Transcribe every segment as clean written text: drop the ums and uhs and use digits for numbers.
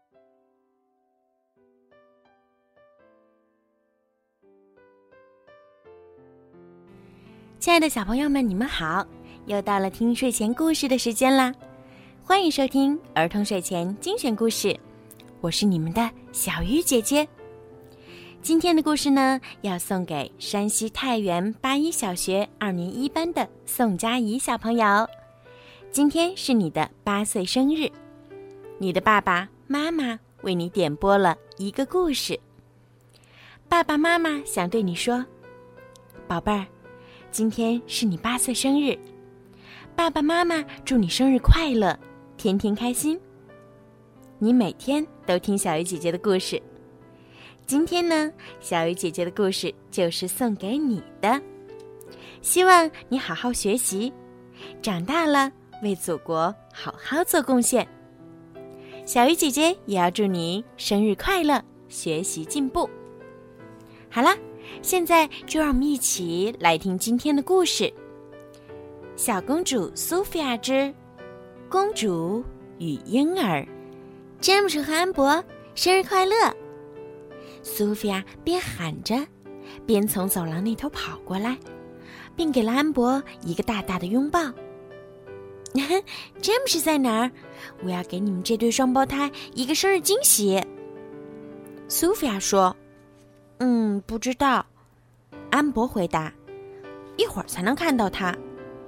亲爱的小朋友们，你们好，又到了听睡前故事的时间啦！欢迎收听儿童睡前精选故事，我是你们的小鱼姐姐。今天的故事呢，要送给山西太原八一小学2年1班的宋佳怡小朋友。今天是你的8岁生日，你的爸爸妈妈为你点播了一个故事。爸爸妈妈想对你说，宝贝儿，今天是你8岁生日，爸爸妈妈祝你生日快乐，天天开心。你每天都听小鱼姐姐的故事，今天呢，小鱼姐姐的故事就是送给你的。希望你好好学习，长大了为祖国好好做贡献。小鱼姐姐也要祝你生日快乐，学习进步。好啦，现在就让我们一起来听今天的故事。小公主苏菲亚之公主与婴儿。詹姆斯和安博生日快乐！苏菲亚边喊着，边从走廊那头跑过来，并给了安博一个大大的拥抱。詹姆斯在哪儿？我要给你们这对双胞胎一个生日惊喜。苏菲亚说：不知道。安博回答：一会儿才能看到他。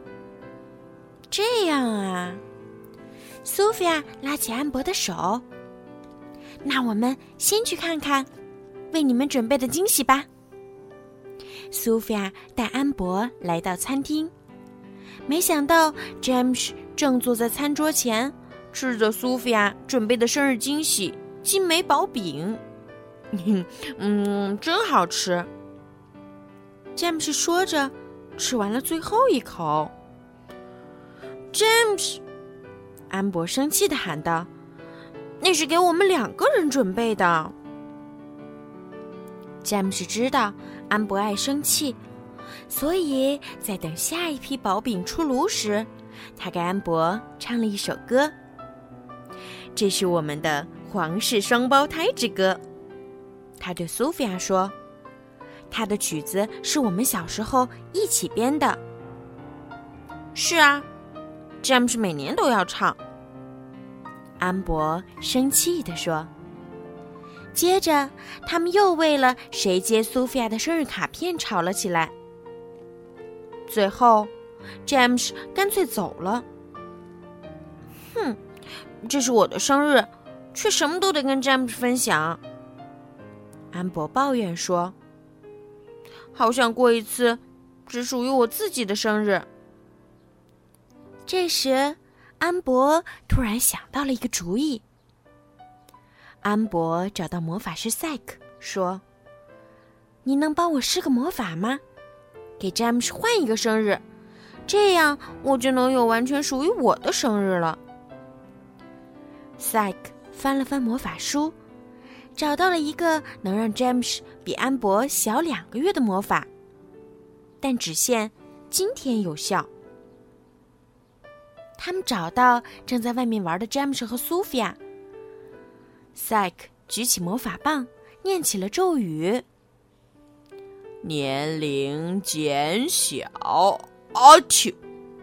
这样啊。苏菲亚拉起安博的手，那我们先去看看为你们准备的惊喜吧。苏菲亚带安博来到餐厅，没想到詹姆斯正坐在餐桌前，吃着苏菲亚准备的生日惊喜金美宝饼。真好吃。詹姆斯说着，吃完了最后一口。詹姆斯，安博生气地喊道：那是给我们2个人准备的。詹姆斯知道安博爱生气，所以在等下一批薄饼出炉时，他给安博唱了一首歌。这是我们的皇室双胞胎之歌。他对苏菲亚说，他的曲子是我们小时候一起编的。是啊，詹姆斯每年都要唱。安博生气地说。接着他们又为了谁接苏菲亚的生日卡片吵了起来。最后詹姆斯干脆走了。这是我的生日，却什么都得跟詹姆斯分享。安博抱怨说，好想过一次只属于我自己的生日。这时安博突然想到了一个主意。安博找到魔法师赛克，说，你能帮我施个魔法吗？给詹姆斯换一个生日，这样我就能有完全属于我的生日了。赛克翻了翻魔法书，找到了一个能让詹姆斯比安博小2个月的魔法，但只限今天有效。他们找到正在外面玩的詹姆斯和苏菲亚。赛克举起魔法棒，念起了咒语：年龄减小，阿嚏！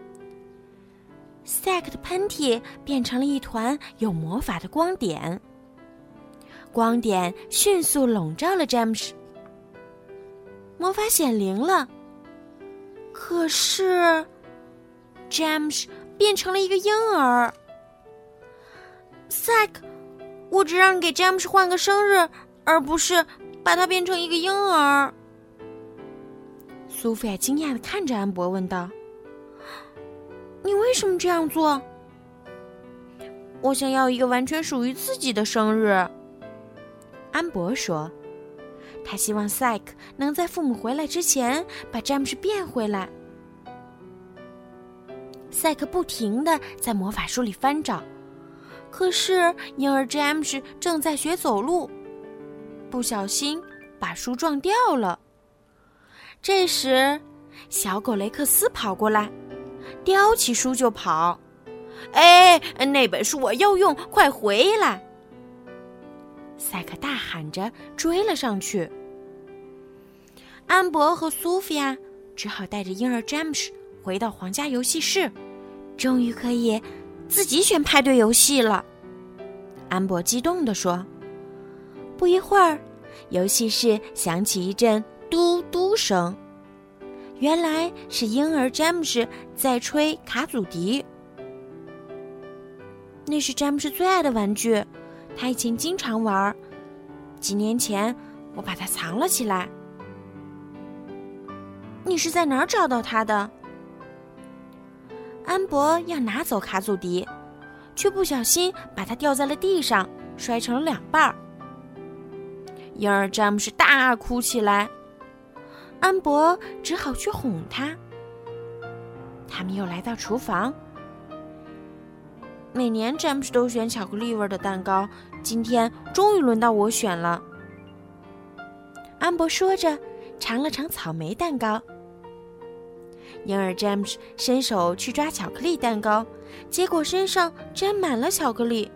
赛克的喷嚏变成了一团有魔法的光点，光点迅速笼罩了詹姆斯。魔法显灵了，可是詹姆斯变成了一个婴儿。赛克，我只让你给詹姆斯换个生日，而不是把他变成一个婴儿。苏菲亚惊讶地看着安博问道，你为什么这样做？我想要一个完全属于自己的生日。安博说，他希望赛克能在父母回来之前把詹姆斯变回来。赛克不停地在魔法书里翻找，可是婴儿詹姆斯正在学走路，不小心把书撞掉了。这时小狗雷克斯跑过来，叼起书就跑。哎，那本书我要用，快回来！ 赛克大喊着追了上去。安博和苏菲亚只好带着婴儿詹姆斯回到皇家游戏室，终于可以自己选派对游戏了。安博激动地说。不一会儿，游戏室响起一阵嘟嘟声，原来是婴儿詹姆斯在吹卡祖笛。那是詹姆斯最爱的玩具，他以前经常玩。几年前，我把它藏了起来。你是在哪儿找到它的？安博要拿走卡祖笛，却不小心把它掉在了地上，摔成了两半。婴儿詹姆斯大哭起来，安博只好去哄他。他们又来到厨房。每年詹姆斯都选巧克力味的蛋糕，今天终于轮到我选了。安博说着，尝了尝草莓蛋糕。婴儿詹姆斯伸手去抓巧克力蛋糕，结果身上沾满了巧克力。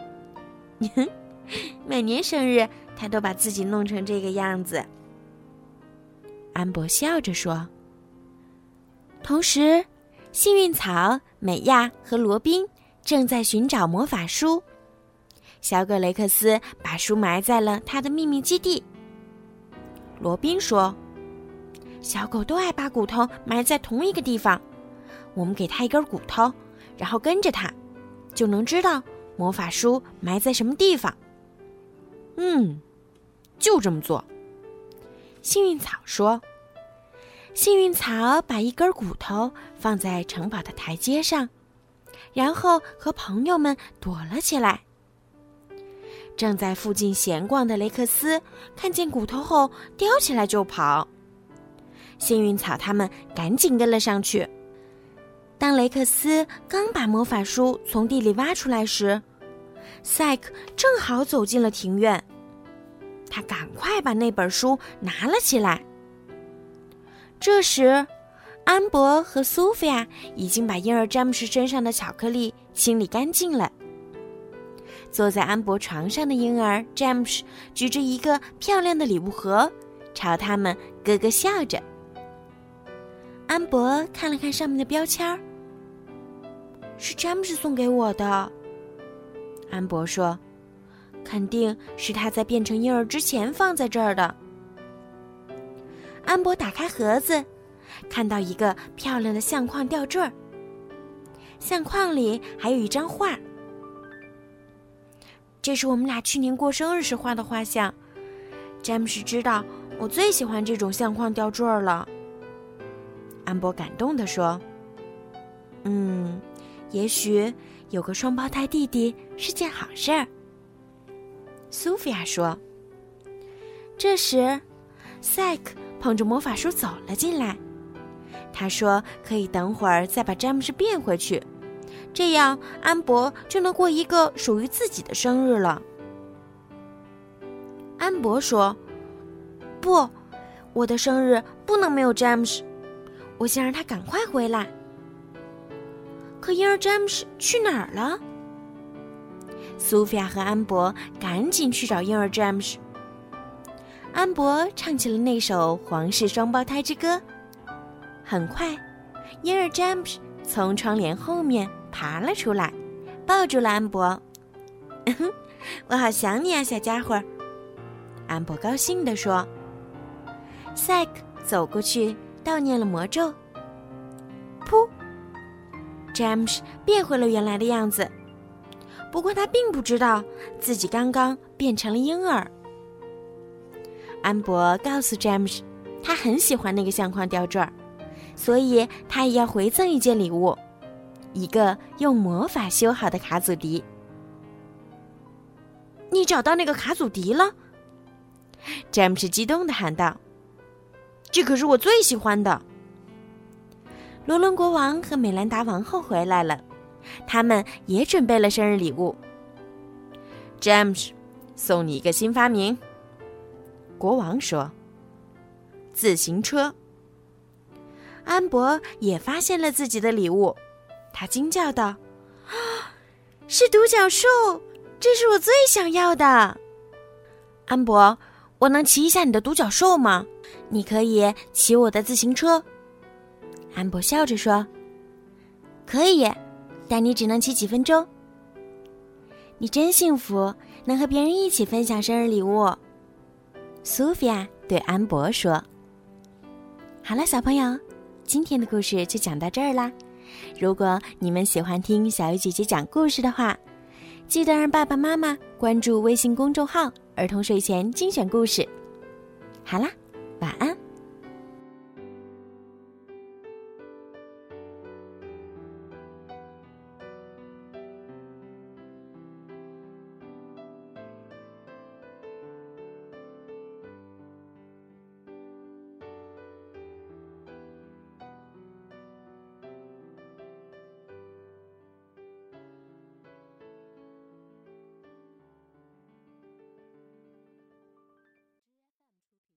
每年生日他都把自己弄成这个样子。安博笑着说。同时，幸运草、美亚和罗宾正在寻找魔法书。小狗雷克斯把书埋在了他的秘密基地。罗宾说，小狗都爱把骨头埋在同一个地方，我们给它一根骨头，然后跟着它，就能知道魔法书埋在什么地方。就这么做。幸运草说。幸运草把一根骨头放在城堡的台阶上，然后和朋友们躲了起来。正在附近闲逛的雷克斯看见骨头后叼起来就跑。幸运草他们赶紧跟了上去。当雷克斯刚把魔法书从地里挖出来时，赛克正好走进了庭院。他赶快把那本书拿了起来。这时，安博和苏菲亚已经把婴儿詹姆斯身上的巧克力清理干净了。坐在安博床上的婴儿詹姆斯举着一个漂亮的礼物盒，朝他们咯咯笑着。安博看了看上面的标签，是詹姆斯送给我的。安博说，肯定是他在变成婴儿之前放在这儿的。安博打开盒子，看到一个漂亮的相框吊坠，相框里还有一张画。这是我们俩去年过生日时画的画像，詹姆斯知道我最喜欢这种相框吊坠了。安博感动地说，也许有个双胞胎弟弟是件好事儿。苏菲亚说。这时，赛克捧着魔法书走了进来。他说可以等会儿再把詹姆斯变回去，这样安博就能过一个属于自己的生日了。安博说，不，我的生日不能没有詹姆斯，我想让他赶快回来。可婴儿詹姆斯去哪儿了？苏菲亚和安博赶紧去找婴儿詹姆斯。安博唱起了那首皇室双胞胎之歌。很快，婴儿詹姆斯从窗帘后面爬了出来，抱住了安博。我好想你啊，小家伙。安博高兴地说。赛克走过去悼念了魔咒。噗，詹姆斯变回了原来的样子，不过他并不知道自己刚刚变成了婴儿。安博告诉詹姆斯，他很喜欢那个相框吊坠，所以他也要回赠一件礼物，一个用魔法修好的卡祖笛。你找到那个卡祖笛了？詹姆斯激动地喊道，这可是我最喜欢的。罗伦国王和美兰达王后回来了，他们也准备了生日礼物。詹姆斯，送你一个新发明。国王说，自行车。安博也发现了自己的礼物，他惊叫道，啊，是独角兽，这是我最想要的。 安博，我能骑一下你的独角兽吗？你可以骑我的自行车。安博笑着说，可以，但你只能骑几分钟。你真幸福，能和别人一起分享生日礼物。苏菲亚对安博说。好了，小朋友，今天的故事就讲到这儿啦。如果你们喜欢听小鱼姐姐讲故事的话，记得让爸爸妈妈关注微信公众号儿童睡前精选故事。好啦，晚安。